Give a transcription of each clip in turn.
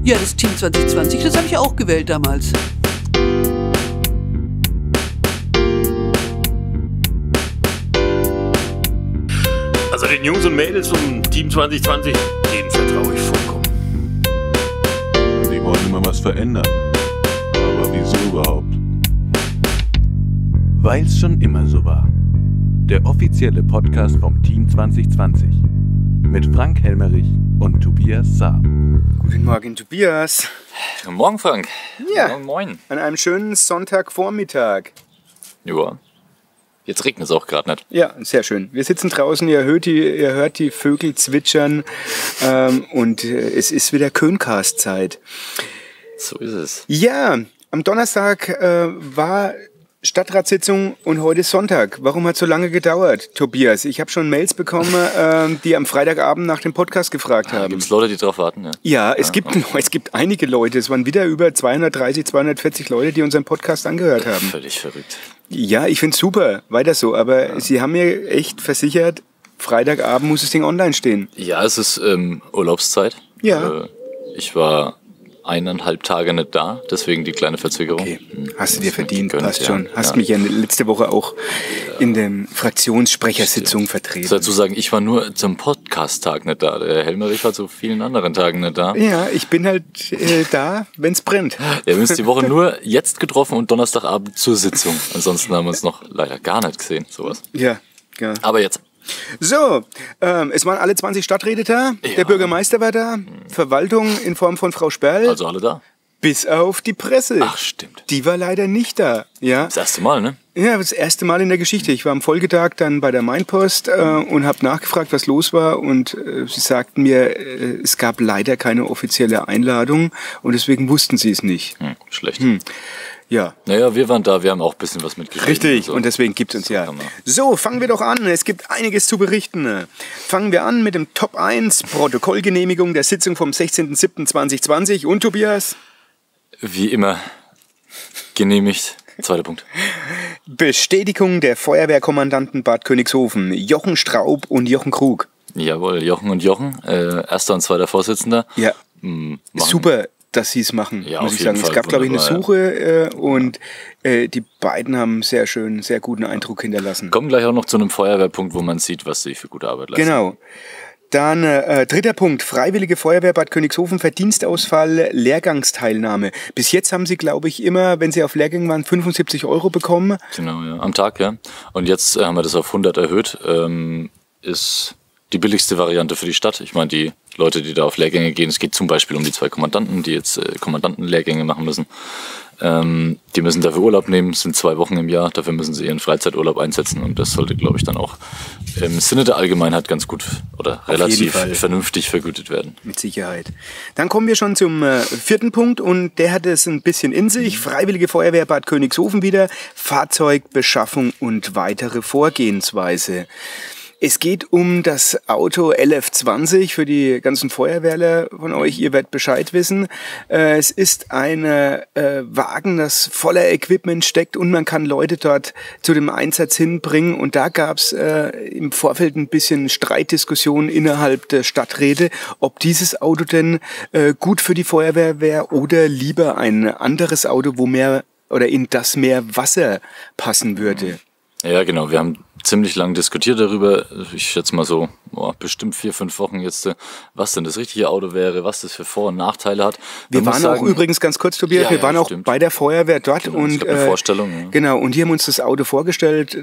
Ja, das Team 2020, das habe ich auch gewählt damals. Also den Jungs und Mädels vom Team 2020, denen vertraue ich vollkommen. Die wollen immer was verändern. Aber wieso überhaupt? Weil's schon immer so war. Der offizielle Podcast vom Team 2020. Mit Frank Helmerich und Tobias Saar. Guten Morgen, Tobias. Guten Morgen, Frank. Ja, Moin. an einem schönen Sonntagvormittag. Ja. Jetzt regnet es auch gerade nicht. Ja, sehr schön. Wir sitzen draußen, ihr hört die Vögel zwitschern und es ist wieder Köncast-Zeit. So ist es. Ja, am Donnerstag war Stadtratssitzung und heute ist Sonntag. Warum hat es so lange gedauert, Tobias? Ich habe schon Mails bekommen, die am Freitagabend nach dem Podcast gefragt haben. Gibt es Leute, die drauf warten? Ja, es gibt einige Leute. Es waren wieder über 230, 240 Leute, die unseren Podcast angehört haben. Völlig verrückt. Ja, ich find's super, weiter so. Aber Sie haben mir echt versichert, Freitagabend muss das Ding online stehen. Ja, es ist Urlaubszeit. Ja. Ich war 1,5 Tage nicht da, deswegen die kleine Verzögerung. Okay, hast du dir verdient, gegönnt, passt schon. ja. Hast mich ja letzte Woche auch in der Fraktionssprechersitzung vertreten. Ich soll dazu sagen, ich war nur zum Podcast-Tag nicht da. Der Helmerich war zu vielen anderen Tagen nicht da. Ja, ich bin halt da, wenn's brennt. Wir haben uns die Woche nur jetzt getroffen und Donnerstagabend zur Sitzung. Ansonsten haben wir uns noch leider gar nicht gesehen, sowas. Ja. Aber jetzt. So, es waren alle 20 Stadträte da, Ja. der Bürgermeister war da, Verwaltung in Form von Frau Sperl, Also alle da? bis auf die Presse. Ach, stimmt. Die war leider nicht da. Ja. Das erste Mal, ne? Ja, das erste Mal in der Geschichte. Ich war am Folgetag dann bei der Mainpost und habe nachgefragt, was los war. Und sie sagten mir, es gab leider keine offizielle Einladung und deswegen wussten sie es nicht. Schlecht. Ja. Naja, wir waren da, wir haben auch ein bisschen was mitgekriegt. Richtig, und deswegen gibt's uns ja. kann man. So, fangen wir doch an. Es gibt einiges zu berichten. Fangen wir an mit dem Top 1, Protokollgenehmigung der Sitzung vom 16.07.2020. Und Tobias? Wie immer genehmigt. Zweiter Punkt. Bestätigung der Feuerwehrkommandanten Bad Königshofen, Jochen Straub und Jochen Krug. Jawohl, Jochen und Jochen, erster und zweiter Vorsitzender. Ja, Machen- super, dass sie es machen, Ja, muss auf ich sagen. jeden Es Fall, gab, glaube ich, eine wunderbar, Suche und die beiden haben einen sehr guten Eindruck hinterlassen. Kommen gleich auch noch zu einem Feuerwehrpunkt, wo man sieht, was sie für gute Arbeit leisten. Genau. Dann dritter Punkt, Freiwillige Feuerwehr Bad Königshofen, Verdienstausfall, Lehrgangsteilnahme. Bis jetzt haben sie, glaube ich, immer, wenn sie auf Lehrgängen waren, 75 € bekommen. Genau, ja. Am Tag, ja. Und jetzt haben wir das auf 100 erhöht. Ist die billigste Variante für die Stadt. Ich meine, die Leute, die da auf Lehrgänge gehen, es geht zum Beispiel um die 2 Kommandanten, die jetzt Kommandantenlehrgänge machen müssen. Die müssen dafür Urlaub nehmen, es sind 2 Wochen im Jahr, dafür müssen sie ihren Freizeiturlaub einsetzen und das sollte, glaube ich, dann auch im Sinne der Allgemeinheit ganz gut oder relativ vernünftig vergütet werden. Mit Sicherheit. Dann kommen wir schon zum vierten Punkt und der hat es ein bisschen in sich. Freiwillige Feuerwehr Bad Königshofen wieder, Fahrzeugbeschaffung und weitere Vorgehensweise. Es geht um das Auto LF20 für die ganzen Feuerwehrler von euch. Ihr werdet Bescheid wissen. Es ist ein Wagen, das voller Equipment steckt und man kann Leute dort zu dem Einsatz hinbringen. Und da gab es im Vorfeld ein bisschen Streitdiskussionen innerhalb der Stadträte, ob dieses Auto denn gut für die Feuerwehr wäre oder lieber ein anderes Auto, wo mehr oder in das mehr Wasser passen würde. Ja, genau. Wir haben ziemlich lang diskutiert darüber. Ich schätze mal so, bestimmt 4-5 Wochen jetzt, was denn das richtige Auto wäre, was das für Vor- und Nachteile hat. Wir waren auch übrigens, ganz kurz, Tobias, wir waren auch bei der Feuerwehr dort Genau, und es gab eine Vorstellung. Ja. Genau, und die haben uns das Auto vorgestellt.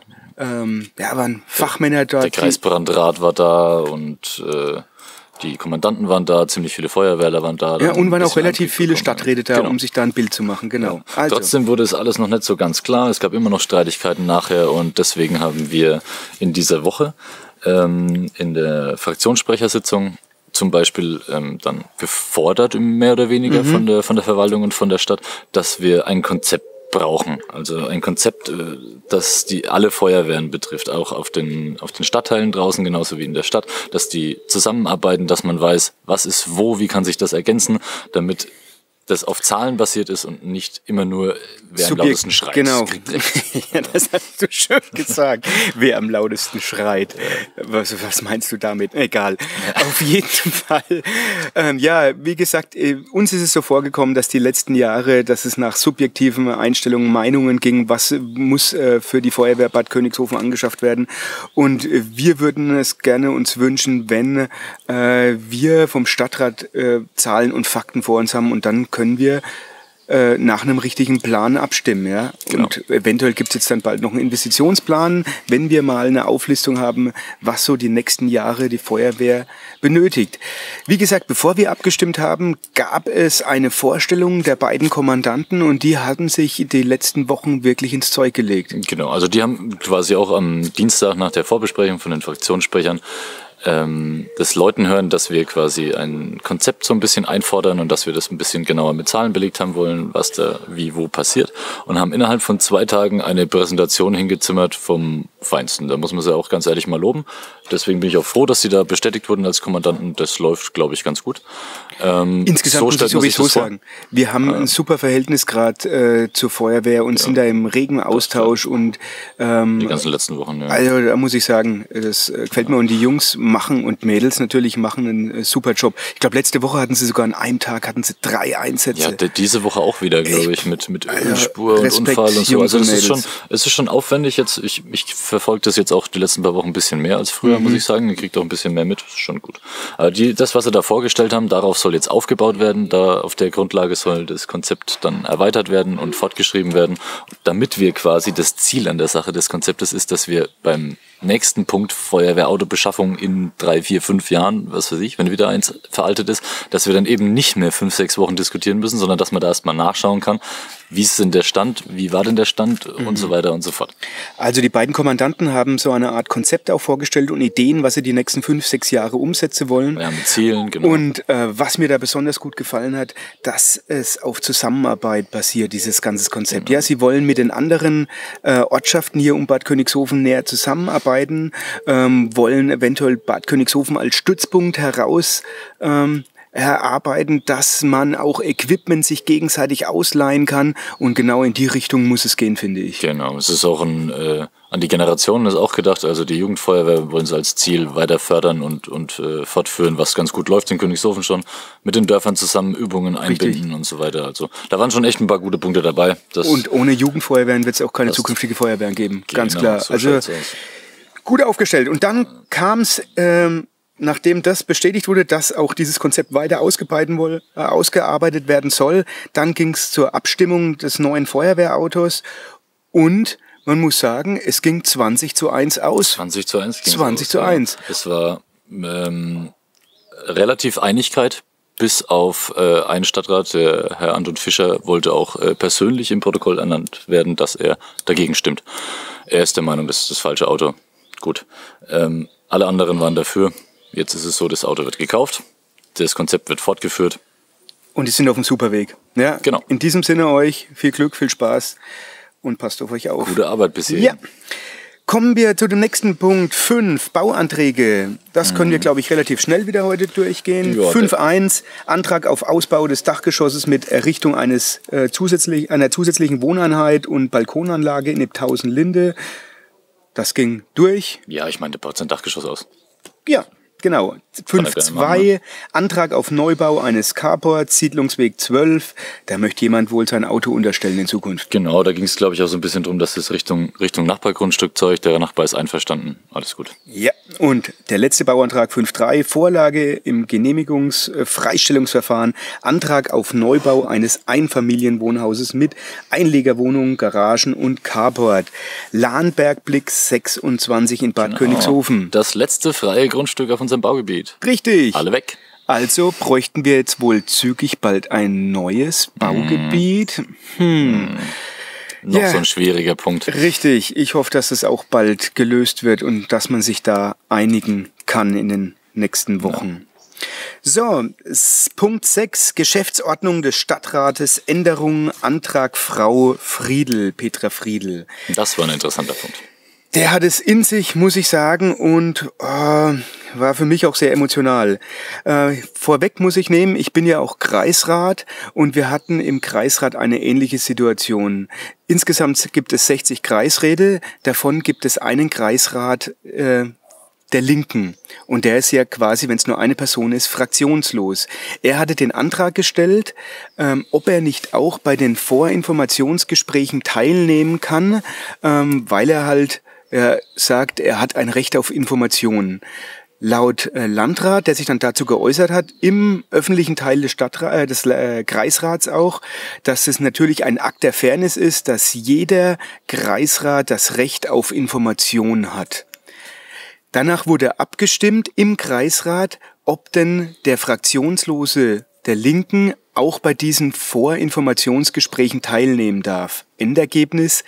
Waren Fachmänner dort. Der Kreisbrandrat war da und die Kommandanten waren da, ziemlich viele Feuerwehrler waren da. Ja, und waren auch relativ Einblick viele bekommen. Stadträte da, Genau. um sich da ein Bild zu machen, genau. Ja. Also. Trotzdem wurde es alles noch nicht so ganz klar. Es gab immer noch Streitigkeiten nachher und deswegen haben wir in dieser Woche in der Fraktionssprechersitzung zum Beispiel dann gefordert, mehr oder weniger von der Verwaltung und von der Stadt, dass wir ein Konzept brauchen. Also ein Konzept, das alle Feuerwehren betrifft, auch auf den Stadtteilen draußen, genauso wie in der Stadt, dass die zusammenarbeiten, dass man weiß, was ist wo, wie kann sich das ergänzen, damit das auf Zahlen basiert ist und nicht immer nur, wer am lautesten schreit. Genau. Ja, das hast du schön gesagt. Wer am lautesten schreit. Was meinst du damit? Egal. Auf jeden Fall. Wie gesagt, uns ist es so vorgekommen, dass die letzten Jahre, dass es nach subjektiven Einstellungen, Meinungen ging, was muss für die Feuerwehr Bad Königshofen angeschafft werden. Und wir würden es gerne uns wünschen, wenn wir vom Stadtrat Zahlen und Fakten vor uns haben und dann können wir nach einem richtigen Plan abstimmen. Ja? Genau. Und eventuell gibt es jetzt dann bald noch einen Investitionsplan, wenn wir mal eine Auflistung haben, was so die nächsten Jahre die Feuerwehr benötigt. Wie gesagt, bevor wir abgestimmt haben, gab es eine Vorstellung der beiden Kommandanten und die hatten sich die letzten Wochen wirklich ins Zeug gelegt. Genau, also die haben quasi auch am Dienstag nach der Vorbesprechung von den Fraktionssprechern das Leuten hören, dass wir quasi ein Konzept so ein bisschen einfordern und dass wir das ein bisschen genauer mit Zahlen belegt haben wollen, was da wie wo passiert und haben innerhalb von 2 Tagen eine Präsentation hingezimmert vom Feinsten. Da muss man sie auch ganz ehrlich mal loben. Deswegen bin ich auch froh, dass sie da bestätigt wurden als Kommandanten. Das läuft, glaube ich, ganz gut. Insgesamt muss ich sowieso sagen, wir haben ein super Verhältnis gerade zur Feuerwehr und sind da im regen Austausch und die ganzen letzten Wochen. Ja. Also da muss ich sagen, das gefällt mir und die Jungs machen und Mädels natürlich machen einen super Job. Ich glaube, letzte Woche hatten sie sogar an einem Tag 3 Einsätze. Ja, diese Woche auch wieder, glaube ich, mit Ölspur und Unfall und so. Also es ist schon aufwendig jetzt. Ich verfolge das jetzt auch die letzten paar Wochen ein bisschen mehr als früher, muss ich sagen. Ihr kriegt auch ein bisschen mehr mit, das ist schon gut. Aber das, was sie da vorgestellt haben, darauf soll jetzt aufgebaut werden. Da auf der Grundlage soll das Konzept dann erweitert werden und fortgeschrieben werden, damit wir quasi das Ziel an der Sache des Konzeptes ist, dass wir beim nächsten Punkt Feuerwehrautobeschaffung in 3, 4, 5 Jahren, was weiß ich, wenn wieder eins veraltet ist, dass wir dann eben nicht mehr 5, 6 Wochen diskutieren müssen, sondern dass man da erstmal nachschauen kann, wie ist denn der Stand, wie war denn der Stand und so weiter und so fort. Also die beiden Kommandanten haben so eine Art Konzept auch vorgestellt und Ideen, was sie die nächsten 5, 6 Jahre umsetzen wollen. Ja, mit Zielen, genau. Und was mir da besonders gut gefallen hat, dass es auf Zusammenarbeit basiert, dieses ganze Konzept. Genau. Ja, sie wollen mit den anderen Ortschaften hier um Bad Königshofen näher zusammenarbeiten, wollen eventuell Bad Königshofen als Stützpunkt heraus erarbeiten, dass man auch Equipment sich gegenseitig ausleihen kann und genau in die Richtung muss es gehen, finde ich. Genau, es ist auch an die Generationen ist auch gedacht, also die Jugendfeuerwehr wollen sie als Ziel weiter fördern und fortführen, was ganz gut läuft in Königshofen schon, mit den Dörfern zusammen Übungen einbinden. Richtig. Und so weiter. Also da waren schon echt ein paar gute Punkte dabei. Und ohne Jugendfeuerwehren wird es auch keine zukünftige Feuerwehren geben, ganz klar. So also gut aufgestellt. Und dann kam es nachdem das bestätigt wurde, dass auch dieses Konzept weiter ausgearbeitet werden soll, dann ging es zur Abstimmung des neuen Feuerwehrautos und man muss sagen, es ging 20:1 aus. 20:1 ging 20:1. Es war relativ Einigkeit, bis auf einen Stadtrat, der Herr Anton Fischer, wollte auch persönlich im Protokoll ernannt werden, dass er dagegen stimmt. Er ist der Meinung, das ist das falsche Auto. Gut. Alle anderen waren dafür. Jetzt ist es so, das Auto wird gekauft, das Konzept wird fortgeführt. Und die sind auf dem Superweg. Ja, genau. In diesem Sinne euch viel Glück, viel Spaß und passt auf euch auf. Gute Arbeit bis hierhin. Ja. Kommen wir zu dem nächsten Punkt, 5, Bauanträge. Das können wir, glaube ich, relativ schnell wieder heute durchgehen. Ja, 5.1, Antrag auf Ausbau des Dachgeschosses mit Errichtung einer zusätzlichen Wohneinheit und Balkonanlage in Nibthausen-Linde. Das ging durch. Ja, ich meine, der baut sein Dachgeschoss aus. Ja, genau. 5.2, Antrag auf Neubau eines Carports, Siedlungsweg 12. Da möchte jemand wohl sein Auto unterstellen in Zukunft. Genau, da ging es, glaube ich, auch so ein bisschen drum, dass das Richtung Nachbargrundstück zeugt. Der Nachbar ist einverstanden. Alles gut. Ja, und der letzte Bauantrag 5.3, Vorlage im Freistellungsverfahren, Antrag auf Neubau eines Einfamilienwohnhauses mit Einlegerwohnungen, Garagen und Carport. Lahnbergblick 26 in Bad Königshofen. Das letzte freie Grundstück auf unserem Baugebiet. Richtig. Alle weg. Also bräuchten wir jetzt wohl zügig bald ein neues Baugebiet. Noch so ein schwieriger Punkt. Richtig. Ich hoffe, dass es auch bald gelöst wird und dass man sich da einigen kann in den nächsten Wochen. Ja. So, Punkt 6, Geschäftsordnung des Stadtrates, Änderung, Antrag Frau Friedl, Petra Friedl. Das war ein interessanter Punkt. Der hat es in sich, muss ich sagen, und war für mich auch sehr emotional. Vorweg muss ich nehmen, ich bin ja auch Kreisrat und wir hatten im Kreisrat eine ähnliche Situation. Insgesamt gibt es 60 Kreisräte, davon gibt es einen Kreisrat der Linken. Und der ist ja quasi, wenn es nur eine Person ist, fraktionslos. Er hatte den Antrag gestellt, ob er nicht auch bei den Vorinformationsgesprächen teilnehmen kann, weil er halt sagt, er hat ein Recht auf Informationen. Laut Landrat, der sich dann dazu geäußert hat, im öffentlichen Teil des Kreisrats auch, dass es natürlich ein Akt der Fairness ist, dass jeder Kreisrat das Recht auf Information hat. Danach wurde abgestimmt im Kreisrat, ob denn der Fraktionslose der Linken auch bei diesen Vorinformationsgesprächen teilnehmen darf. Endergebnis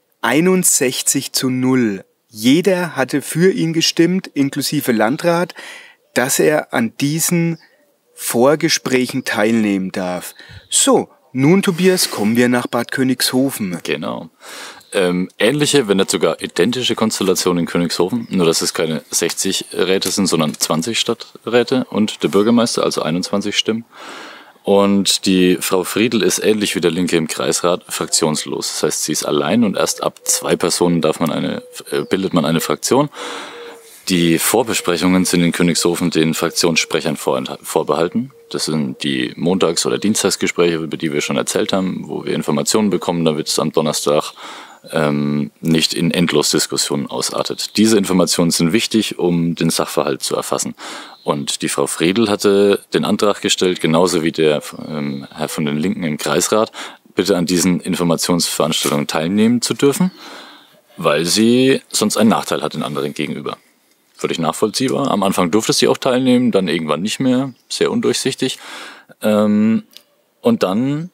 61:0. Jeder hatte für ihn gestimmt, inklusive Landrat, dass er an diesen Vorgesprächen teilnehmen darf. So, nun Tobias, kommen wir nach Bad Königshofen. Genau. Ähnliche, wenn nicht sogar identische Konstellationen in Königshofen, nur dass es keine 60 Räte sind, sondern 20 Stadträte und der Bürgermeister, also 21 Stimmen. Und die Frau Friedl ist ähnlich wie der Linke im Kreisrat fraktionslos. Das heißt, sie ist allein und erst ab 2 Personen bildet man eine Fraktion. Die Vorbesprechungen sind in Königshofen den Fraktionssprechern vorbehalten. Das sind die Montags- oder Dienstagsgespräche, über die wir schon erzählt haben, wo wir Informationen bekommen, damit es am Donnerstag nicht in Endlosdiskussionen ausartet. Diese Informationen sind wichtig, um den Sachverhalt zu erfassen. Und die Frau Friedl hatte den Antrag gestellt, genauso wie der Herr von den Linken im Kreisrat, bitte an diesen Informationsveranstaltungen teilnehmen zu dürfen, weil sie sonst einen Nachteil hat den anderen gegenüber. Völlig nachvollziehbar. Am Anfang durfte sie auch teilnehmen, dann irgendwann nicht mehr, sehr undurchsichtig. Und dann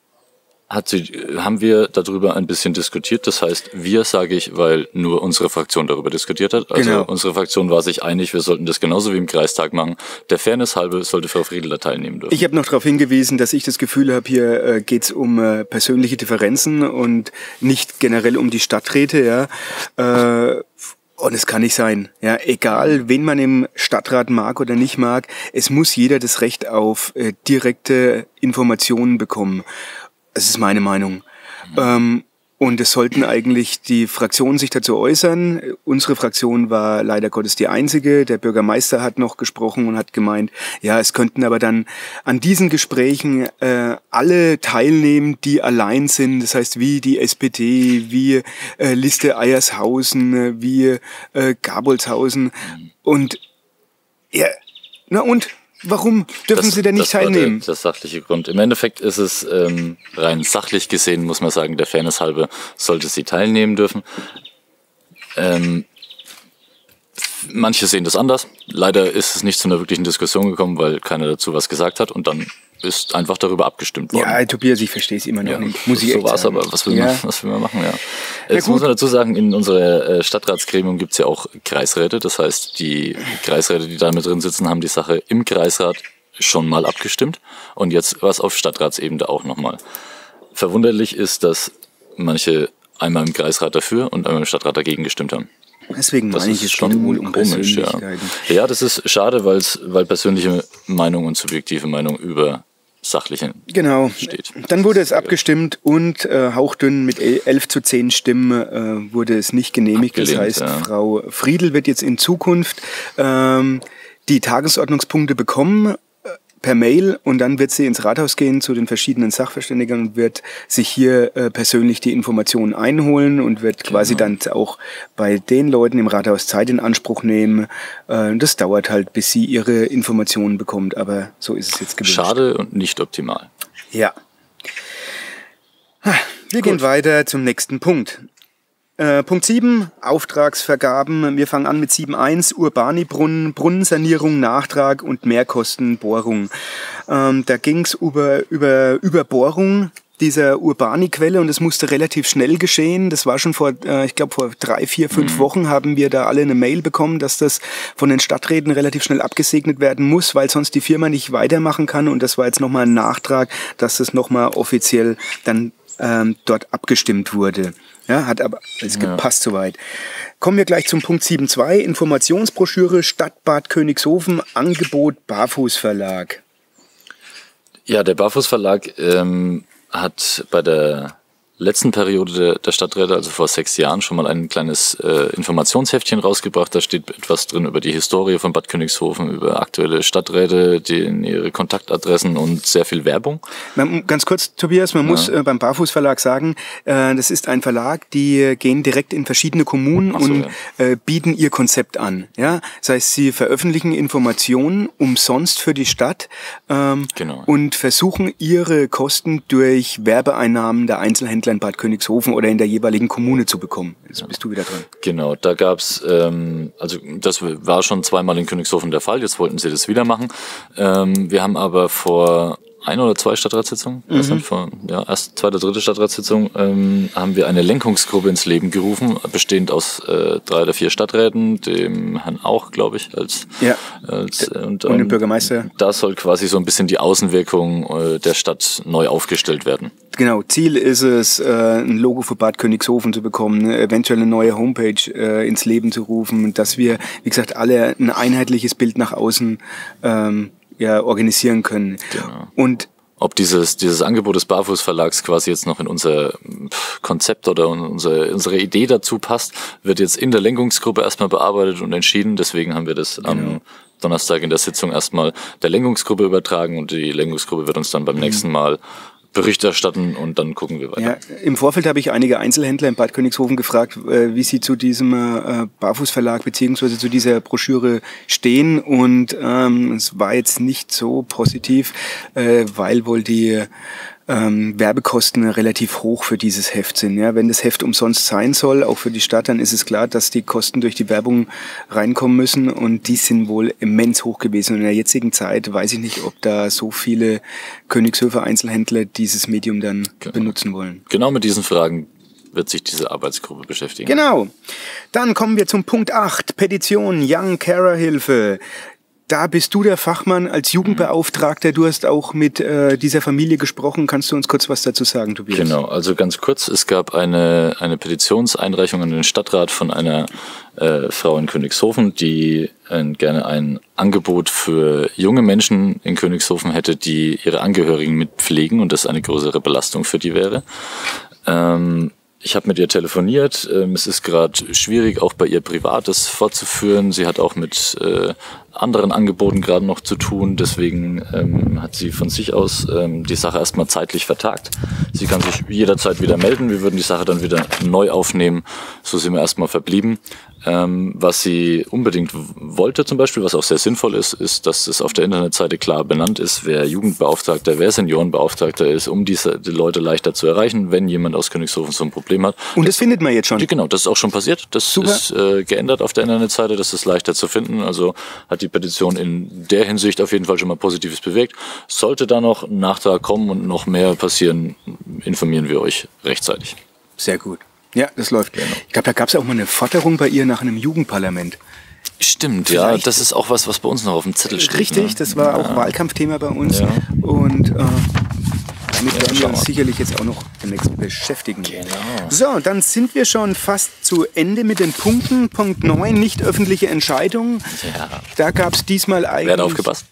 haben wir darüber ein bisschen diskutiert. Das heißt, wir sage ich, weil nur unsere Fraktion darüber diskutiert hat. Also genau. Unsere Fraktion war sich einig, wir sollten das genauso wie im Kreistag machen. Der Fairness halber sollte Frau Friedl da teilnehmen dürfen. Ich habe noch darauf hingewiesen, dass ich das Gefühl habe, hier geht's um persönliche Differenzen und nicht generell um die Stadträte. Ja. Und es kann nicht sein. Ja, egal, wen man im Stadtrat mag oder nicht mag, es muss jeder das Recht auf direkte Informationen bekommen. Das ist meine Meinung. Und es sollten eigentlich die Fraktionen sich dazu äußern. Unsere Fraktion war leider Gottes die einzige. Der Bürgermeister hat noch gesprochen und hat gemeint, ja, es könnten aber dann an diesen Gesprächen alle teilnehmen, die allein sind. Das heißt, wie die SPD, wie Liste Eiershausen, wie Gabolshausen. Und ja, na und? Warum dürfen sie denn nicht teilnehmen? Das war der sachliche Grund. Im Endeffekt ist es rein sachlich gesehen, muss man sagen, der Fairness halber sollte sie teilnehmen dürfen. Manche sehen das anders. Leider ist es nicht zu einer wirklichen Diskussion gekommen, weil keiner dazu was gesagt hat und dann ist einfach darüber abgestimmt worden. Ja, Tobias, ich verstehe es immer noch nicht. Muss ich so echt war es sagen. aber. Was will man machen? Ja. Jetzt muss man dazu sagen, in unserer Stadtratsgremium gibt es ja auch Kreisräte. Das heißt, die Kreisräte, die da mit drin sitzen, haben die Sache im Kreisrat schon mal abgestimmt. Und jetzt war es auf Stadtratsebene auch nochmal. Verwunderlich ist, dass manche einmal im Kreisrat dafür und einmal im Stadtrat dagegen gestimmt haben. Deswegen meine ich, es schon wohl um komisch, ja. Ja, das ist schade, weil persönliche Meinung und subjektive Meinung über sachliche steht. Dann wurde es abgestimmt und hauchdünn mit 11:10 Stimmen wurde es nicht genehmigt. Abgelehnt, das heißt, Frau Friedl wird jetzt in Zukunft die Tagesordnungspunkte bekommen per Mail und dann wird sie ins Rathaus gehen zu den verschiedenen Sachverständigen und wird sich hier persönlich die Informationen einholen und wird quasi dann auch bei den Leuten im Rathaus Zeit in Anspruch nehmen. Das dauert halt, bis sie ihre Informationen bekommt, aber so ist es jetzt gewünscht. Schade und nicht optimal. Ja. Wir gehen weiter zum nächsten Punkt. Punkt 7, Auftragsvergaben. Wir fangen an mit 7.1, Urbani-Brunnen, Brunnensanierung, Nachtrag und Mehrkostenbohrung. Da ging es über Bohrung dieser Urbani-Quelle und es musste relativ schnell geschehen. Das war schon vor 3, 4, 5 Wochen haben wir da alle eine Mail bekommen, dass das von den Stadträten relativ schnell abgesegnet werden muss, weil sonst die Firma nicht weitermachen kann und das war jetzt nochmal ein Nachtrag, dass das nochmal offiziell dann dort abgestimmt wurde. Ja, hat aber alles gepasst soweit. Kommen wir gleich zum Punkt 7.2, Informationsbroschüre Stadt Bad Königshofen, Angebot Barfuß Verlag. Ja, der Barfuß Verlag hat bei der letzten Periode der Stadträte, also vor 6 Jahren, schon mal ein kleines Informationsheftchen rausgebracht. Da steht etwas drin über die Historie von Bad Königshofen, über aktuelle Stadträte, ihre Kontaktadressen und sehr viel Werbung. Ganz kurz, Tobias, man muss beim Barfuß Verlag sagen, das ist ein Verlag, die gehen direkt in verschiedene Kommunen bieten ihr Konzept an. Ja? Das heißt, sie veröffentlichen Informationen umsonst für die Stadt und versuchen ihre Kosten durch Werbeeinnahmen der Einzelhändler in Bad Königshofen oder in der jeweiligen Kommune zu bekommen. Jetzt bist du wieder dran. Genau, da gab's, also das war schon zweimal in Königshofen der Fall, jetzt wollten sie das wieder machen. Wir haben aber vor 1 oder 2 Stadtratssitzungen, erst 2. oder 3. Stadtratssitzung, haben wir eine Lenkungsgruppe ins Leben gerufen, bestehend aus 3 oder 4 Stadträten, dem Herrn Auch, glaube ich, und dem Bürgermeister. Da soll quasi so ein bisschen die Außenwirkung der Stadt neu aufgestellt werden. Genau, Ziel ist es, ein Logo für Bad Königshofen zu bekommen, eventuell eine neue Homepage ins Leben zu rufen, dass wir, wie gesagt, alle ein einheitliches Bild nach außen organisieren können. Genau. Und ob dieses Angebot des Barfuß Verlags quasi jetzt noch in unser Konzept oder unsere Idee dazu passt, wird jetzt in der Lenkungsgruppe erstmal bearbeitet und entschieden. Deswegen haben wir das am Donnerstag in der Sitzung erstmal der Lenkungsgruppe übertragen und die Lenkungsgruppe wird uns dann beim nächsten Mal Bericht erstatten und dann gucken wir weiter. Ja, im Vorfeld habe ich einige Einzelhändler in Bad Königshofen gefragt, wie sie zu diesem Barfußverlag beziehungsweise zu dieser Broschüre stehen und es war jetzt nicht so positiv, weil wohl die Werbekosten relativ hoch für dieses Heft sind. Ja, wenn das Heft umsonst sein soll, auch für die Stadt, dann ist es klar, dass die Kosten durch die Werbung reinkommen müssen und die sind wohl immens hoch gewesen. Und in der jetzigen Zeit weiß ich nicht, ob da so viele Königshöfer Einzelhändler dieses Medium dann benutzen wollen. Genau mit diesen Fragen wird sich diese Arbeitsgruppe beschäftigen. Genau. Dann kommen wir zum Punkt 8, Petition Young Carer Hilfe. Da bist du der Fachmann als Jugendbeauftragter. Du hast auch mit dieser Familie gesprochen. Kannst du uns kurz was dazu sagen, Tobias? Genau, also ganz kurz. Es gab eine Petitionseinreichung an den Stadtrat von einer Frau in Königshofen, die gerne ein Angebot für junge Menschen in Königshofen hätte, die ihre Angehörigen mitpflegen und das eine größere Belastung für die wäre. Ich habe mit ihr telefoniert. Es ist gerade schwierig, auch bei ihr Privates fortzuführen. Sie hat auch mit anderen Angeboten gerade noch zu tun. Deswegen hat sie von sich aus die Sache erstmal zeitlich vertagt. Sie kann sich jederzeit wieder melden. Wir würden die Sache dann wieder neu aufnehmen. So sind wir erstmal verblieben. Was sie unbedingt wollte zum Beispiel, was auch sehr sinnvoll ist, ist, dass es auf der Internetseite klar benannt ist, wer Jugendbeauftragter, wer Seniorenbeauftragter ist, um die Leute leichter zu erreichen, wenn jemand aus Königshofen so ein Problem hat. Und das findet man jetzt schon? Genau, das ist auch schon passiert. Das ist geändert auf der Internetseite, das ist leichter zu finden. Also hat die Petition in der Hinsicht auf jeden Fall schon mal Positives bewirkt. Sollte da noch ein Nachtrag kommen und noch mehr passieren, informieren wir euch rechtzeitig. Sehr gut. Ja, das läuft. Genau. Ich glaube, da gab es auch mal eine Forderung bei ihr nach einem Jugendparlament. Stimmt, vielleicht. Ja, das ist auch was bei uns noch auf dem Zettel steht. Richtig, ne? Das war auch Wahlkampfthema bei uns. Ja. Und damit werden wir uns sicherlich jetzt auch noch demnächst beschäftigen. Genau. So, dann sind wir schon fast zu Ende mit den Punkten. Punkt 9, nicht öffentliche Entscheidungen. Ja. Da gab es diesmal eigentlich... Werden aufgepasst.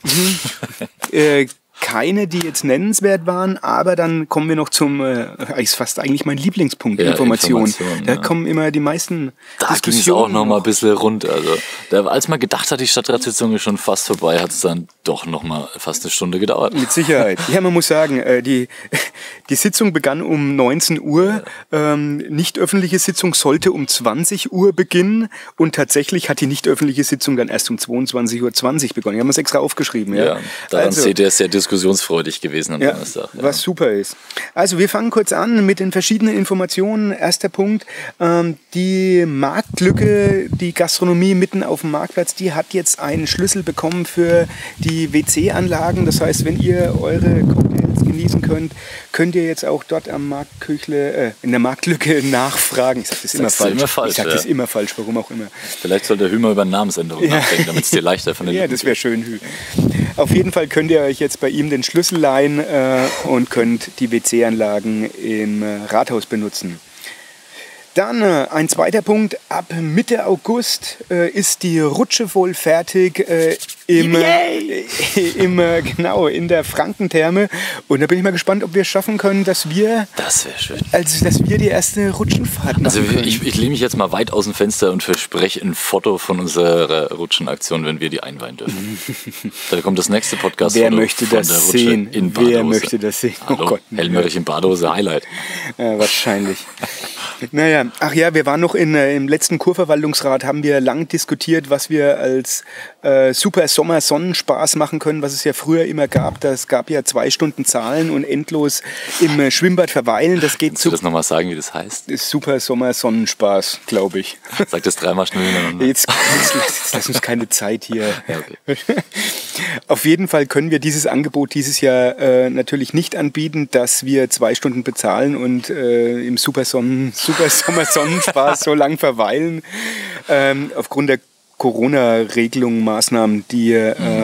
Keine, die jetzt nennenswert waren, aber dann kommen wir noch zum, ist fast eigentlich mein Lieblingspunkt, Information. Da kommen immer die meisten da ging es auch noch mal ein bisschen rund. Also, als man gedacht hat, die Stadtratssitzung ist schon fast vorbei, hat es dann doch noch mal fast eine Stunde gedauert. Mit Sicherheit. Ja, man muss sagen, die Sitzung begann um 19 Uhr. Nicht öffentliche Sitzung sollte um 20 Uhr beginnen und tatsächlich hat die nicht öffentliche Sitzung dann erst um 22:20 Uhr begonnen. Wir haben es extra aufgeschrieben. Ja, daran seht ihr, sehr diskussionsfreudig gewesen am Donnerstag. Ja. Was super ist. Also wir fangen kurz an mit den verschiedenen Informationen. Erster Punkt, die Marktlücke, die Gastronomie mitten auf dem Marktplatz, die hat jetzt einen Schlüssel bekommen für die WC-Anlagen. Das heißt, wenn ihr eure Cocktails genießen könnt, könnt ihr jetzt auch dort am in der Marktlücke nachfragen. Ich sage das immer falsch. Ich sage das immer falsch, warum auch immer. Vielleicht soll der Hü mal über Namensänderung nachdenken, damit es dir leichter von den Ja, das wäre schön, Hü. Auf jeden Fall könnt ihr euch jetzt bei ihm den Schlüssel leihen und könnt die WC-Anlagen im Rathaus benutzen. Dann ein zweiter Punkt, ab Mitte August ist die Rutsche wohl fertig in der Frankentherme. Und da bin ich mal gespannt, ob wir es schaffen können, dass wir, Das wäre schön. also, dass wir die erste Rutschenfahrt machen Also können. ich lehne mich jetzt mal weit aus dem Fenster und verspreche ein Foto von unserer Rutschenaktion, wenn wir die einweihen dürfen. Da kommt das nächste Podcast. Wer möchte das sehen? In Badehose. Wer möchte das sehen? Oh Hallo, Gott. Helmerich in Badehose, Highlight. Ja, wahrscheinlich. Naja, ach ja, wir waren noch im letzten Kurverwaltungsrat, haben wir lang diskutiert, was wir als super Sommer-Sonnenspaß machen können, was es ja früher immer gab. Das gab ja 2 Stunden Zahlen und endlos im Schwimmbad verweilen. Das geht Kannst du das nochmal sagen, wie das heißt? ist super Sommer-Sonnenspaß, glaube ich. Sag das 3-mal schnell hintereinander. Jetzt lass uns keine Zeit hier. Ja, okay. Auf jeden Fall können wir dieses Angebot dieses Jahr natürlich nicht anbieten, dass wir 2 Stunden bezahlen und im super Sommer-Sonnenspaß so lang verweilen. Aufgrund der Corona-Regelungen, Maßnahmen, die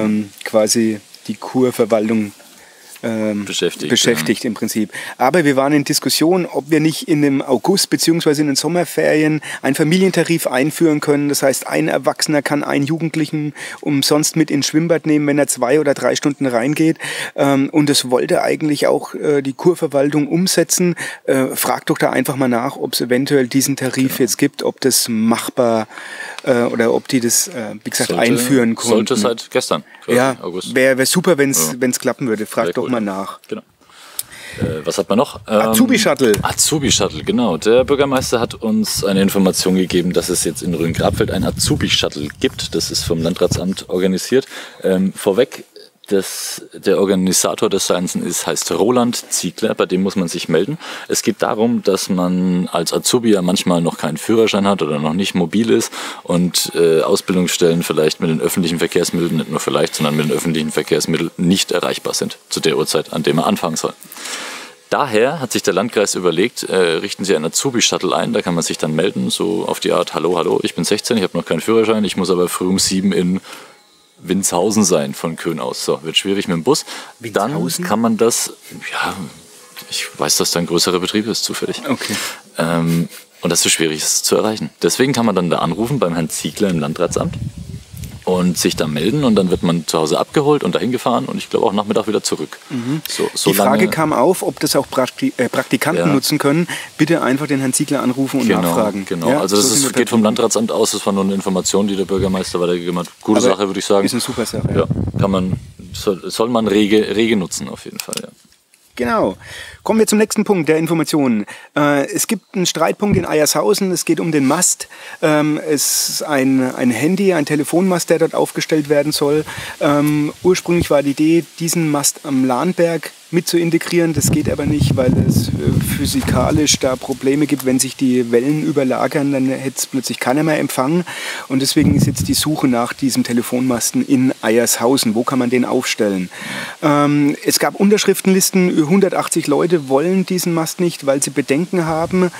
quasi die Kurverwaltung beschäftigt im Prinzip. Aber wir waren in Diskussion, ob wir nicht in dem August bzw. in den Sommerferien einen Familientarif einführen können. Das heißt, ein Erwachsener kann einen Jugendlichen umsonst mit ins Schwimmbad nehmen, wenn er 2 oder 3 Stunden reingeht. Und das wollte eigentlich auch die Kurverwaltung umsetzen. Fragt doch da einfach mal nach, ob es eventuell diesen Tarif jetzt gibt, ob das machbar oder ob die das, wie gesagt, einführen konnten. Sollte seit gestern. Ja, August. wäre super, wenn es klappen würde. Frag doch mal nach. Genau. Was hat man noch? Azubi-Shuttle. Azubi-Shuttle, genau. Der Bürgermeister hat uns eine Information gegeben, dass es jetzt in Rhön-Grabfeld ein Azubi-Shuttle gibt. Das ist vom Landratsamt organisiert. Vorweg, der Organisator des Ganzen heißt Roland Ziegler, bei dem muss man sich melden. Es geht darum, dass man als Azubi ja manchmal noch keinen Führerschein hat oder noch nicht mobil ist und Ausbildungsstellen vielleicht mit den öffentlichen Verkehrsmitteln, nicht nur vielleicht, sondern mit den öffentlichen Verkehrsmitteln nicht erreichbar sind zu der Uhrzeit, an der man anfangen soll. Daher hat sich der Landkreis überlegt, richten Sie einen Azubi-Shuttle ein, da kann man sich dann melden, so auf die Art, hallo, ich bin 16, ich habe noch keinen Führerschein, ich muss aber früh um 7 in Winshausen sein von Köln aus. So, wird schwierig mit dem Bus. Dann kann man das, ja, ich weiß, dass da ein größerer Betrieb ist, zufällig. Okay. Und das ist schwierig, es zu erreichen. Deswegen kann man dann da anrufen beim Herrn Ziegler im Landratsamt und sich da melden und dann wird man zu Hause abgeholt und dahin gefahren und ich glaube auch Nachmittag wieder zurück. So die Frage kam auf, ob das auch Praktikanten nutzen können. Bitte einfach den Herrn Ziegler anrufen und nachfragen. Genau, Ja, also das geht vom Landratsamt aus, das war nur eine Information, die der Bürgermeister weitergegeben hat. Gute Sache, würde ich sagen. Ist eine super Sache. Ja, soll man rege nutzen auf jeden Fall, ja. Genau. Kommen wir zum nächsten Punkt der Informationen. Es gibt einen Streitpunkt in Eiershausen. Es geht um den Mast. Es ist ein Handy, ein Telefonmast, der dort aufgestellt werden soll. Ursprünglich war die Idee, diesen Mast am Lahnberg mit zu integrieren. Das geht aber nicht, weil es physikalisch da Probleme gibt. Wenn sich die Wellen überlagern, dann hätte es plötzlich keiner mehr empfangen. Und deswegen ist jetzt die Suche nach diesem Telefonmasten in Eiershausen. Wo kann man den aufstellen? Es gab Unterschriftenlisten. 180 Leute wollen diesen Mast nicht, weil sie Bedenken haben.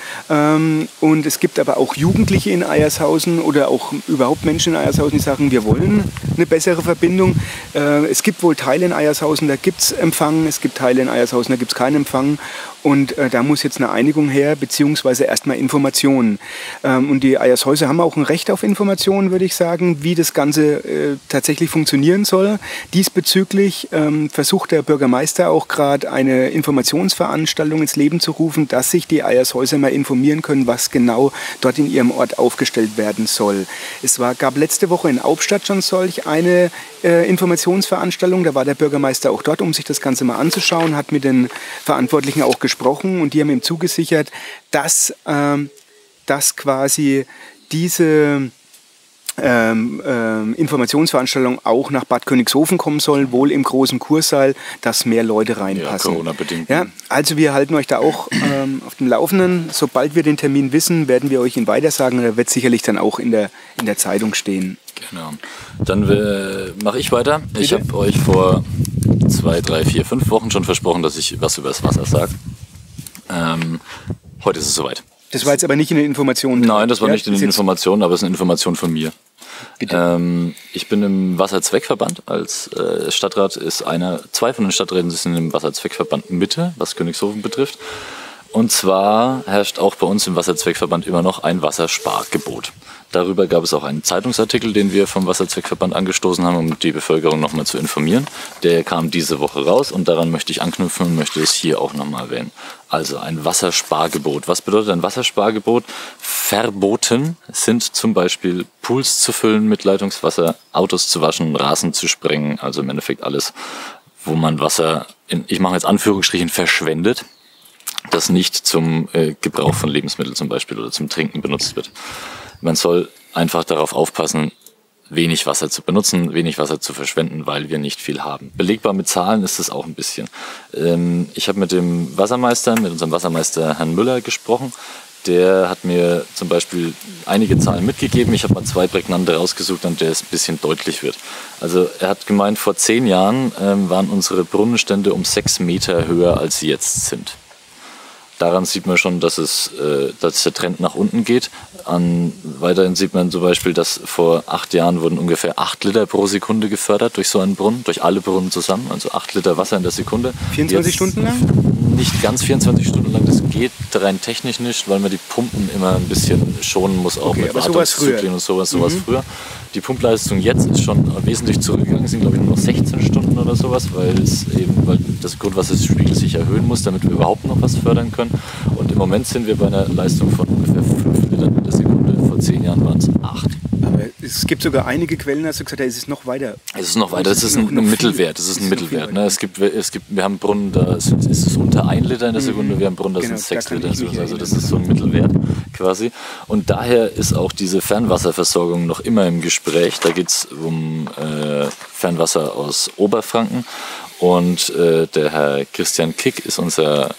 Und es gibt aber auch Jugendliche in Eiershausen oder auch überhaupt Menschen in Eiershausen, die sagen, wir wollen eine bessere Verbindung. Es gibt wohl Teile in Eiershausen, da gibt es Empfang. Es gibt Teile in Eiershausen, da gibt es keinen Empfang. Und da muss jetzt eine Einigung her, beziehungsweise erstmal Informationen. Und die Eiershäuser haben auch ein Recht auf Informationen, würde ich sagen, wie das Ganze tatsächlich funktionieren soll. Diesbezüglich versucht der Bürgermeister auch gerade eine Informationsveranstaltung ins Leben zu rufen, dass sich die Eiershäuser mal informieren können, was genau dort in ihrem Ort aufgestellt werden soll. Gab letzte Woche in Hauptstadt schon solch eine Informationsveranstaltung. Da war der Bürgermeister auch dort, um sich das Ganze mal anzuschauen, hat mit den Verantwortlichen auch gesprochen und die haben ihm zugesichert, dass quasi diese Informationsveranstaltung auch nach Bad Königshofen kommen soll, wohl im großen Kursaal, dass mehr Leute reinpassen. Ja, Corona-bedingt. Ja, also wir halten euch da auch auf dem Laufenden. Sobald wir den Termin wissen, werden wir euch ihn weitersagen. Da wird sicherlich dann auch in der Zeitung stehen. Genau. Dann mache ich weiter. Bitte? Ich habe euch vor 2, 3, 4, 5 Wochen schon versprochen, dass ich was über das Wasser sage. Heute ist es soweit. Das war jetzt aber nicht in den Informationen. Nein, das war nicht in den Informationen, aber es ist eine Information von mir. Ich bin im Wasserzweckverband als Stadtrat. Zwei von den Stadträten sind im Wasserzweckverband Mitte, was Königshofen betrifft. Und zwar herrscht auch bei uns im Wasserzweckverband immer noch ein Wasserspargebot. Darüber gab es auch einen Zeitungsartikel, den wir vom Wasserzweckverband angestoßen haben, um die Bevölkerung nochmal zu informieren. Der kam diese Woche raus und daran möchte ich anknüpfen und möchte es hier auch nochmal erwähnen. Also ein Wasserspargebot. Was bedeutet ein Wasserspargebot? Verboten sind zum Beispiel Pools zu füllen mit Leitungswasser, Autos zu waschen, Rasen zu sprengen, also im Endeffekt alles, wo man Wasser, ich mache jetzt Anführungsstrichen, verschwendet, das nicht zum Gebrauch von Lebensmitteln zum Beispiel oder zum Trinken benutzt wird. Man soll einfach darauf aufpassen, wenig Wasser zu benutzen, wenig Wasser zu verschwenden, weil wir nicht viel haben. Belegbar mit Zahlen ist es auch ein bisschen. Ich habe mit unserem Wassermeister Herrn Müller gesprochen. Der hat mir zum Beispiel einige Zahlen mitgegeben. Ich habe mal 2 prägnante rausgesucht, an der es ein bisschen deutlich wird. Also er hat gemeint, vor 10 Jahren waren unsere Brunnenstände um 6 Meter höher, als sie jetzt sind. Daran sieht man schon, dass der Trend nach unten geht. Weiterhin sieht man zum Beispiel, dass vor 8 Jahren wurden ungefähr 8 Liter pro Sekunde gefördert durch so einen Brunnen, durch alle Brunnen zusammen, also 8 Liter Wasser in der Sekunde. 24 Stunden lang? Nicht ganz 24 Stunden lang, das geht rein technisch nicht, weil man die Pumpen immer ein bisschen schonen muss, auch mit Wartungszyklen und sowas früher. Die Pumpleistung jetzt ist schon wesentlich zurückgegangen, es sind glaube ich nur noch 16 Stunden oder sowas, weil das Grundwasserspiegel sich erhöhen muss, damit wir überhaupt noch was fördern können. Und im Moment sind wir bei einer Leistung von ungefähr 5 Litern in der Sekunde. Vor 10 Jahren waren es 8. Aber es gibt sogar einige Quellen, hast du gesagt, es ist noch weiter. Es ist noch weiter, das ist ein Mittelwert. Das ist ein Mittelwert. Ne? Wir haben Brunnen, da ist es unter 1 Liter in der Sekunde, wir haben Brunnen, da sind 6 Liter. Also das ist so ein Mittelwert quasi. Und daher ist auch diese Fernwasserversorgung noch immer im Gespräch. Da geht es um Fernwasser aus Oberfranken. Und der Herr Christian Kick ist unser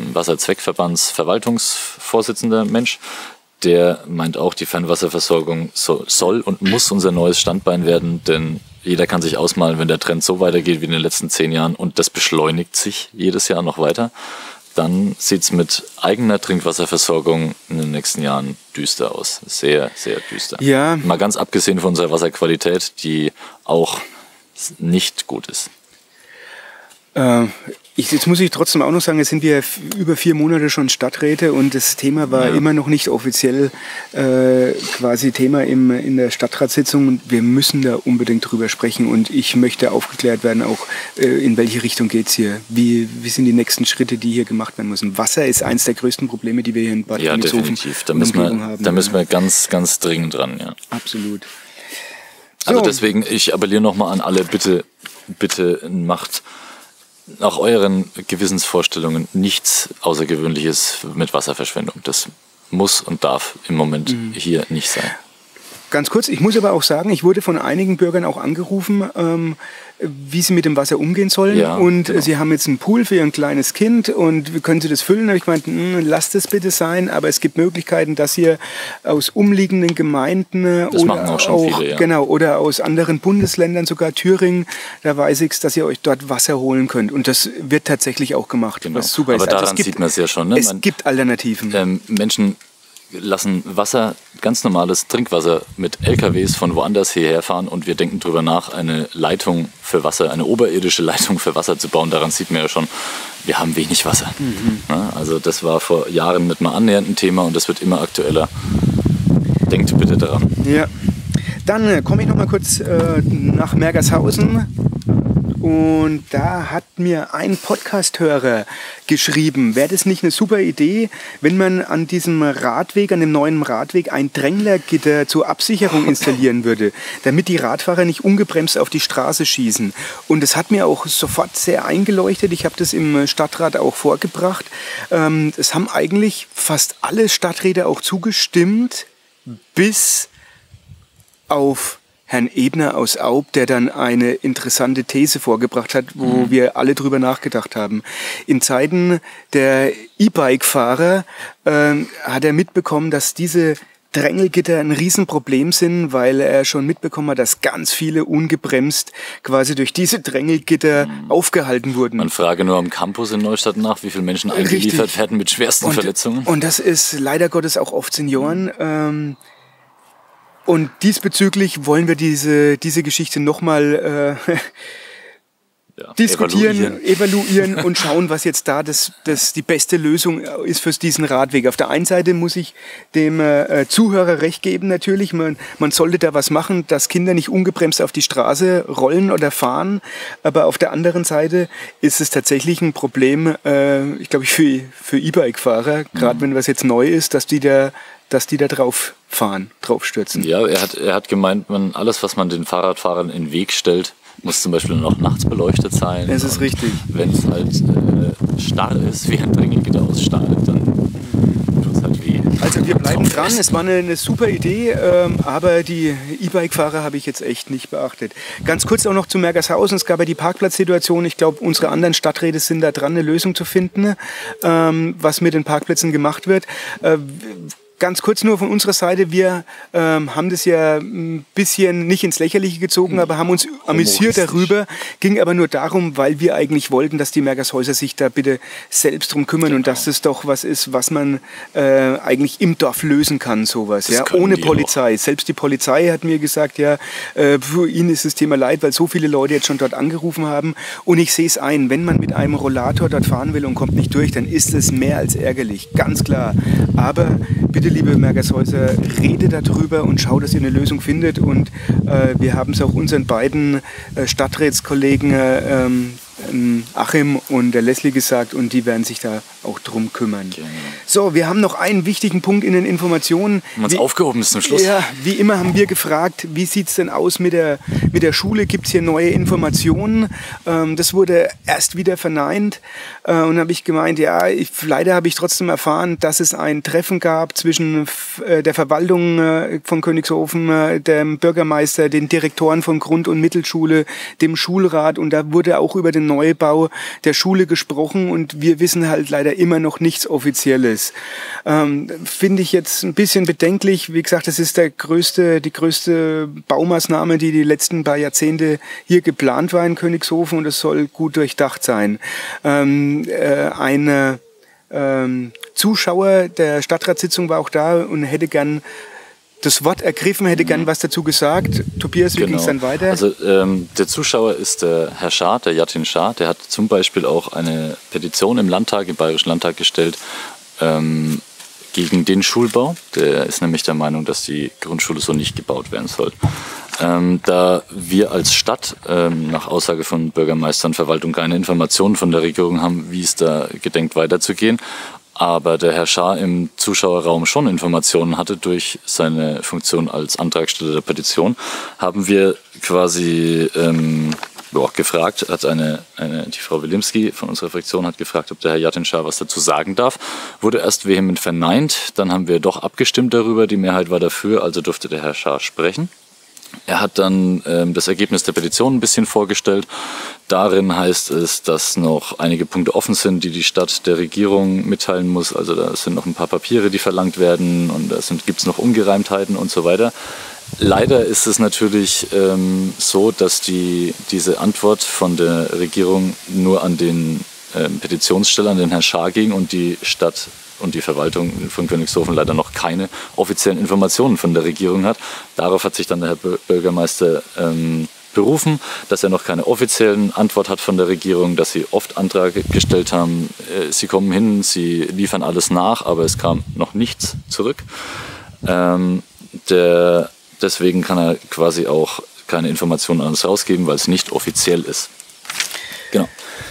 Wasserzweckverbandsverwaltungsvorsitzender Mensch. Der meint auch, die Fernwasserversorgung soll und muss unser neues Standbein werden, denn jeder kann sich ausmalen, wenn der Trend so weitergeht wie in den letzten 10 Jahren und das beschleunigt sich jedes Jahr noch weiter, dann sieht es mit eigener Trinkwasserversorgung in den nächsten Jahren düster aus. Sehr, sehr düster. Ja. Mal ganz abgesehen von unserer Wasserqualität, die auch nicht gut ist. Jetzt muss ich trotzdem auch noch sagen, jetzt sind wir über 4 Monate schon Stadträte und das Thema war immer noch nicht offiziell quasi Thema in der Stadtratssitzung und wir müssen da unbedingt drüber sprechen und ich möchte aufgeklärt werden, auch in welche Richtung geht's hier, wie sind die nächsten Schritte, die hier gemacht werden müssen. Wasser ist eins der größten Probleme, die wir hier in Bad Königshofen haben. Ja, definitiv, da müssen wir ganz, ganz dringend dran. Ja. Absolut. Also deswegen, ich appelliere nochmal an alle, bitte macht nach euren Gewissensvorstellungen nichts Außergewöhnliches mit Wasserverschwendung. Das muss und darf im Moment hier nicht sein. Ganz kurz, ich muss aber auch sagen, ich wurde von einigen Bürgern auch angerufen, wie sie mit dem Wasser umgehen sollen. Ja, und genau. Sie haben jetzt einen Pool für ihr kleines Kind und können Sie das füllen? Da habe ich gemeint, lasst es bitte sein, aber es gibt Möglichkeiten, dass ihr aus umliegenden Gemeinden oder aus anderen Bundesländern, sogar Thüringen, da weiß ich es, dass ihr euch dort Wasser holen könnt. Und das wird tatsächlich auch gemacht, was super ist. Aber daran sieht man es ja schon. Ne? Es gibt Alternativen. Menschen lassen Wasser, ganz normales Trinkwasser mit LKWs von woanders hierher fahren und wir denken darüber nach, eine Leitung für Wasser, eine oberirdische Leitung für Wasser zu bauen. Daran sieht man ja schon, wir haben wenig Wasser. Ja, also das war vor Jahren nicht mal annähernd ein Thema und das wird immer aktueller. Denkt bitte daran. Ja. Dann komme ich noch mal kurz nach Mergershausen. Und da hat mir ein Podcast-Hörer geschrieben, wäre das nicht eine super Idee, wenn man an diesem Radweg, an dem neuen Radweg, ein Dränglergitter zur Absicherung installieren würde, damit die Radfahrer nicht ungebremst auf die Straße schießen. Und das hat mir auch sofort sehr eingeleuchtet. Ich habe das im Stadtrat auch vorgebracht. Es haben eigentlich fast alle Stadträte auch zugestimmt, bis auf Herrn Ebner aus Aub, der dann eine interessante These vorgebracht hat, wo wir alle drüber nachgedacht haben. In Zeiten der E-Bike-Fahrer hat er mitbekommen, dass diese Drängelgitter ein Riesenproblem sind, weil er schon mitbekommen hat, dass ganz viele ungebremst quasi durch diese Drängelgitter aufgehalten wurden. Man frage nur am Campus in Neustadt nach, wie viele Menschen eingeliefert werden mit schwersten Verletzungen. Und das ist leider Gottes auch oft Senioren. Und diesbezüglich wollen wir diese Geschichte nochmal diskutieren, evaluieren und schauen, was jetzt da die beste Lösung ist für diesen Radweg. Auf der einen Seite muss ich dem Zuhörer recht geben natürlich, man sollte da was machen, dass Kinder nicht ungebremst auf die Straße rollen oder fahren, aber auf der anderen Seite ist es tatsächlich ein Problem, ich glaube für E-Bike-Fahrer, gerade wenn was jetzt neu ist, dass die da drauf fahren, drauf stürzen. Ja, er hat gemeint, alles, was man den Fahrradfahrern in den Weg stellt, muss zum Beispiel noch nachts beleuchtet sein. Das ist richtig. Wenn es halt starr ist, wie ein Drängelgitter aus Stahl, dann tut es halt weh. Also wir bleiben dran, es war eine super Idee, aber die E-Bike-Fahrer habe ich jetzt echt nicht beachtet. Ganz kurz auch noch zu Mergershausen, es gab ja die Parkplatzsituation, ich glaube unsere anderen Stadträte sind da dran, eine Lösung zu finden, was mit den Parkplätzen gemacht wird. Ganz kurz nur von unserer Seite, wir haben das ja ein bisschen nicht ins Lächerliche gezogen, aber haben uns amüsiert darüber. Ging aber nur darum, weil wir eigentlich wollten, dass die Mergershäuser sich da bitte selbst drum kümmern und dass das doch was ist, was man eigentlich im Dorf lösen kann, sowas. Ja? Ohne Polizei. Auch. Selbst die Polizei hat mir gesagt, ja, für ihn ist das Thema leid, weil so viele Leute jetzt schon dort angerufen haben. Und ich sehe es ein, wenn man mit einem Rollator dort fahren will und kommt nicht durch, dann ist es mehr als ärgerlich, ganz klar. Aber bitte, liebe Mergershäuser, redet darüber und schaut, dass ihr eine Lösung findet. Und wir haben es auch unseren beiden Stadträtskollegen Achim und der Leslie gesagt und die werden sich da auch drum kümmern. Genau. So, wir haben noch einen wichtigen Punkt in den Informationen. Haben wir uns aufgehoben bis zum Schluss. Ja, wie immer haben wir gefragt, wie sieht es denn aus mit der Schule? Gibt es hier neue Informationen? Das wurde erst wieder verneint und habe ich gemeint, ja, leider habe ich trotzdem erfahren, dass es ein Treffen gab zwischen der Verwaltung von Königshofen, dem Bürgermeister, den Direktoren von Grund- und Mittelschule, dem Schulrat und da wurde auch über den Neubau der Schule gesprochen und wir wissen halt leider immer noch nichts Offizielles. Finde ich jetzt ein bisschen bedenklich. Wie gesagt, das ist die größte Baumaßnahme, die letzten paar Jahrzehnte hier geplant war in Königshofen und es soll gut durchdacht sein. Ein Zuschauer der Stadtratssitzung war auch da und hätte gern das Wort ergriffen, hätte gern was dazu gesagt. Tobias, wie ging es dann weiter? Also der Zuschauer ist der Herr Schaar, der Jatin Schaar. Der hat zum Beispiel auch eine Petition im Bayerischen Landtag gestellt gegen den Schulbau. Der ist nämlich der Meinung, dass die Grundschule so nicht gebaut werden soll. Da wir als Stadt nach Aussage von Bürgermeistern, Verwaltung keine Informationen von der Regierung haben, wie es da gedenkt weiterzugehen, aber der Herr Schaar im Zuschauerraum schon Informationen hatte durch seine Funktion als Antragsteller der Petition, haben wir quasi gefragt, die Frau Wilimski von unserer Fraktion hat gefragt, ob der Herr Jatin Schaar was dazu sagen darf. Wurde erst vehement verneint, dann haben wir doch abgestimmt darüber, die Mehrheit war dafür, also durfte der Herr Schaar sprechen. Er hat dann das Ergebnis der Petition ein bisschen vorgestellt. Darin heißt es, dass noch einige Punkte offen sind, die die Stadt der Regierung mitteilen muss. Also da sind noch ein paar Papiere, die verlangt werden und da gibt es noch Ungereimtheiten und so weiter. Leider ist es natürlich so, dass diese Antwort von der Regierung nur an den Petitionssteller, an den Herrn Schaar ging und die Stadt und die Verwaltung von Königshofen leider noch keine offiziellen Informationen von der Regierung hat. Darauf hat sich dann der Herr Bürgermeister berufen, dass er noch keine offiziellen Antwort hat von der Regierung, dass sie oft Anträge gestellt haben, sie kommen hin, sie liefern alles nach, aber es kam noch nichts zurück. Deswegen kann er quasi auch keine Informationen an uns rausgeben, weil es nicht offiziell ist. Genau.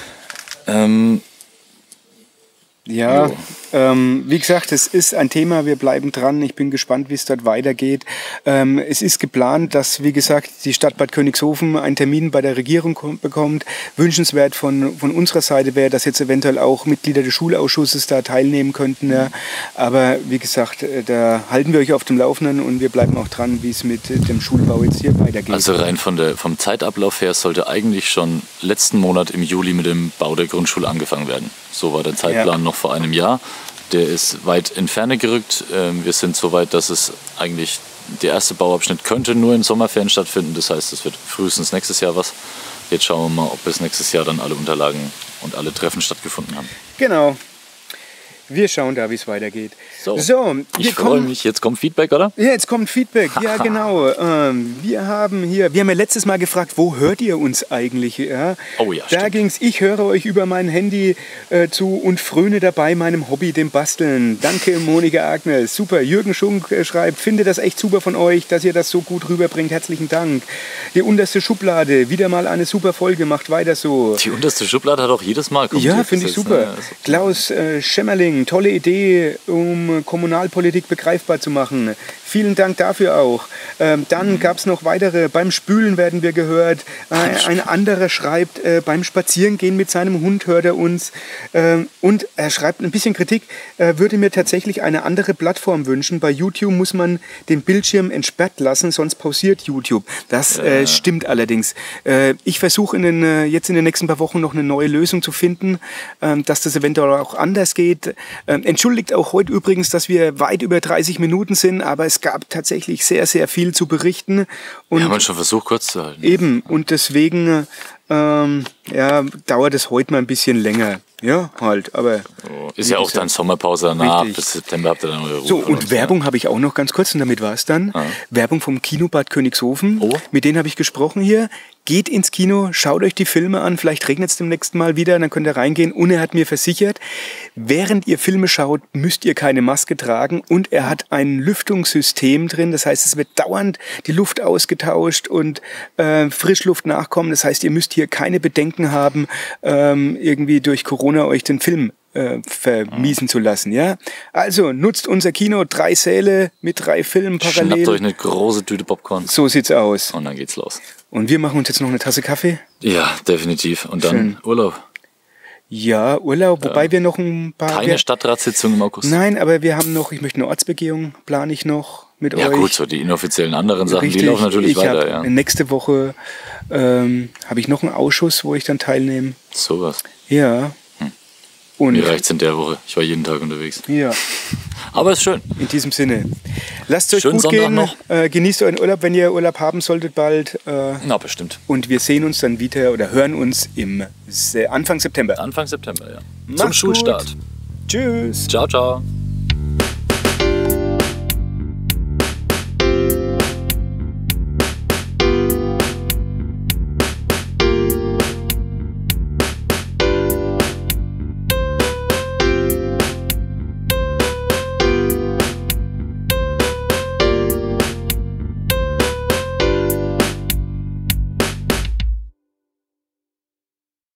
Wie gesagt, es ist ein Thema, wir bleiben dran. Ich bin gespannt, wie es dort weitergeht. Es ist geplant, dass, wie gesagt, die Stadt Bad Königshofen einen Termin bei der Regierung bekommt. Wünschenswert von unserer Seite wäre, dass jetzt eventuell auch Mitglieder des Schulausschusses da teilnehmen könnten. Ja. Aber wie gesagt, da halten wir euch auf dem Laufenden und wir bleiben auch dran, wie es mit dem Schulbau jetzt hier weitergeht. Also rein vom Zeitablauf her sollte eigentlich schon letzten Monat im Juli mit dem Bau der Grundschule angefangen werden. So war der Zeitplan noch vor einem Jahr. Der ist weit in Ferne gerückt. Wir sind so weit, dass es eigentlich der erste Bauabschnitt könnte nur in Sommerferien stattfinden. Das heißt, es wird frühestens nächstes Jahr was. Jetzt schauen wir mal, ob bis nächstes Jahr dann alle Unterlagen und alle Treffen stattgefunden haben. Genau. Wir schauen da, wie es weitergeht. So, ich freue mich. Jetzt kommt Feedback, oder? Ja, jetzt kommt Feedback. Ja, genau. Wir haben ja letztes Mal gefragt, wo hört ihr uns eigentlich? Ja? Oh ja, da ging's. Ich höre euch über mein Handy zu und fröne dabei meinem Hobby, dem Basteln. Danke, Monika Agnes. Super. Jürgen Schunk schreibt, finde das echt super von euch, dass ihr das so gut rüberbringt. Herzlichen Dank. Die unterste Schublade, wieder mal eine super Folge. Macht weiter so. Die unterste Schublade hat auch jedes Mal kommentiert. Ja, finde ich super. Klaus Schemmerling, tolle Idee, um Kommunalpolitik begreifbar zu machen. Vielen Dank dafür auch. Dann gab es noch weitere. Beim Spülen werden wir gehört. Ein anderer schreibt, beim Spazierengehen mit seinem Hund hört er uns. Und er schreibt ein bisschen Kritik, würde mir tatsächlich eine andere Plattform wünschen. Bei YouTube muss man den Bildschirm entsperrt lassen, sonst pausiert YouTube. Das stimmt allerdings. Ich versuche jetzt in den nächsten paar Wochen noch eine neue Lösung zu finden, dass das eventuell auch anders geht. Entschuldigt auch heute übrigens, dass wir weit über 30 Minuten sind, aber es gab tatsächlich sehr, sehr viel zu berichten. Und wir haben schon versucht, kurz zu halten. Eben, und deswegen dauert es heute mal ein bisschen länger. Ja, halt, aber... Ist ja auch dann Sommerpause danach, richtig. Bis September habt ihr dann eure Ruhe. So, und Werbung habe ich auch noch ganz kurz und damit war es dann. Werbung vom Kino Bad Königshofen, mit denen habe ich gesprochen hier. Geht ins Kino, schaut euch die Filme an, vielleicht regnet es demnächst mal wieder, dann könnt ihr reingehen. Und er hat mir versichert, während ihr Filme schaut, müsst ihr keine Maske tragen und er hat ein Lüftungssystem drin, das heißt, es wird dauernd die Luft ausgetauscht und Frischluft nachkommen. Das heißt, ihr müsst hier keine Bedenken haben, irgendwie durch Corona euch den Film vermiesen zu lassen, ja? Also, nutzt unser Kino, 3 Säle mit 3 Filmen parallel. Schnappt euch eine große Tüte Popcorn. So sieht's aus. Und dann geht's los. Und wir machen uns jetzt noch eine Tasse Kaffee. Ja, definitiv. Und dann Schön. Urlaub. Ja, Urlaub, wobei wir noch ein paar... Keine Stadtratssitzung im August. Nein, aber wir haben noch, ich möchte eine Ortsbegehung, plane ich noch mit euch. Ja gut, so die inoffiziellen anderen Sachen, Richtig. die laufen natürlich weiter. Ja. Nächste Woche habe ich noch einen Ausschuss, wo ich dann teilnehme. Sowas. Ja. Und Mir reicht's in der Woche. Ich war jeden Tag unterwegs. ja, Aber ist schön. in diesem Sinne. Lasst euch Schönen gut Sonntag gehen. noch. Genießt euren Urlaub, wenn ihr Urlaub haben solltet bald. Na, bestimmt. Und wir sehen uns dann wieder oder hören uns im Anfang September. Anfang September, ja. Macht's Zum Schulstart. gut. Tschüss. Ciao, ciao.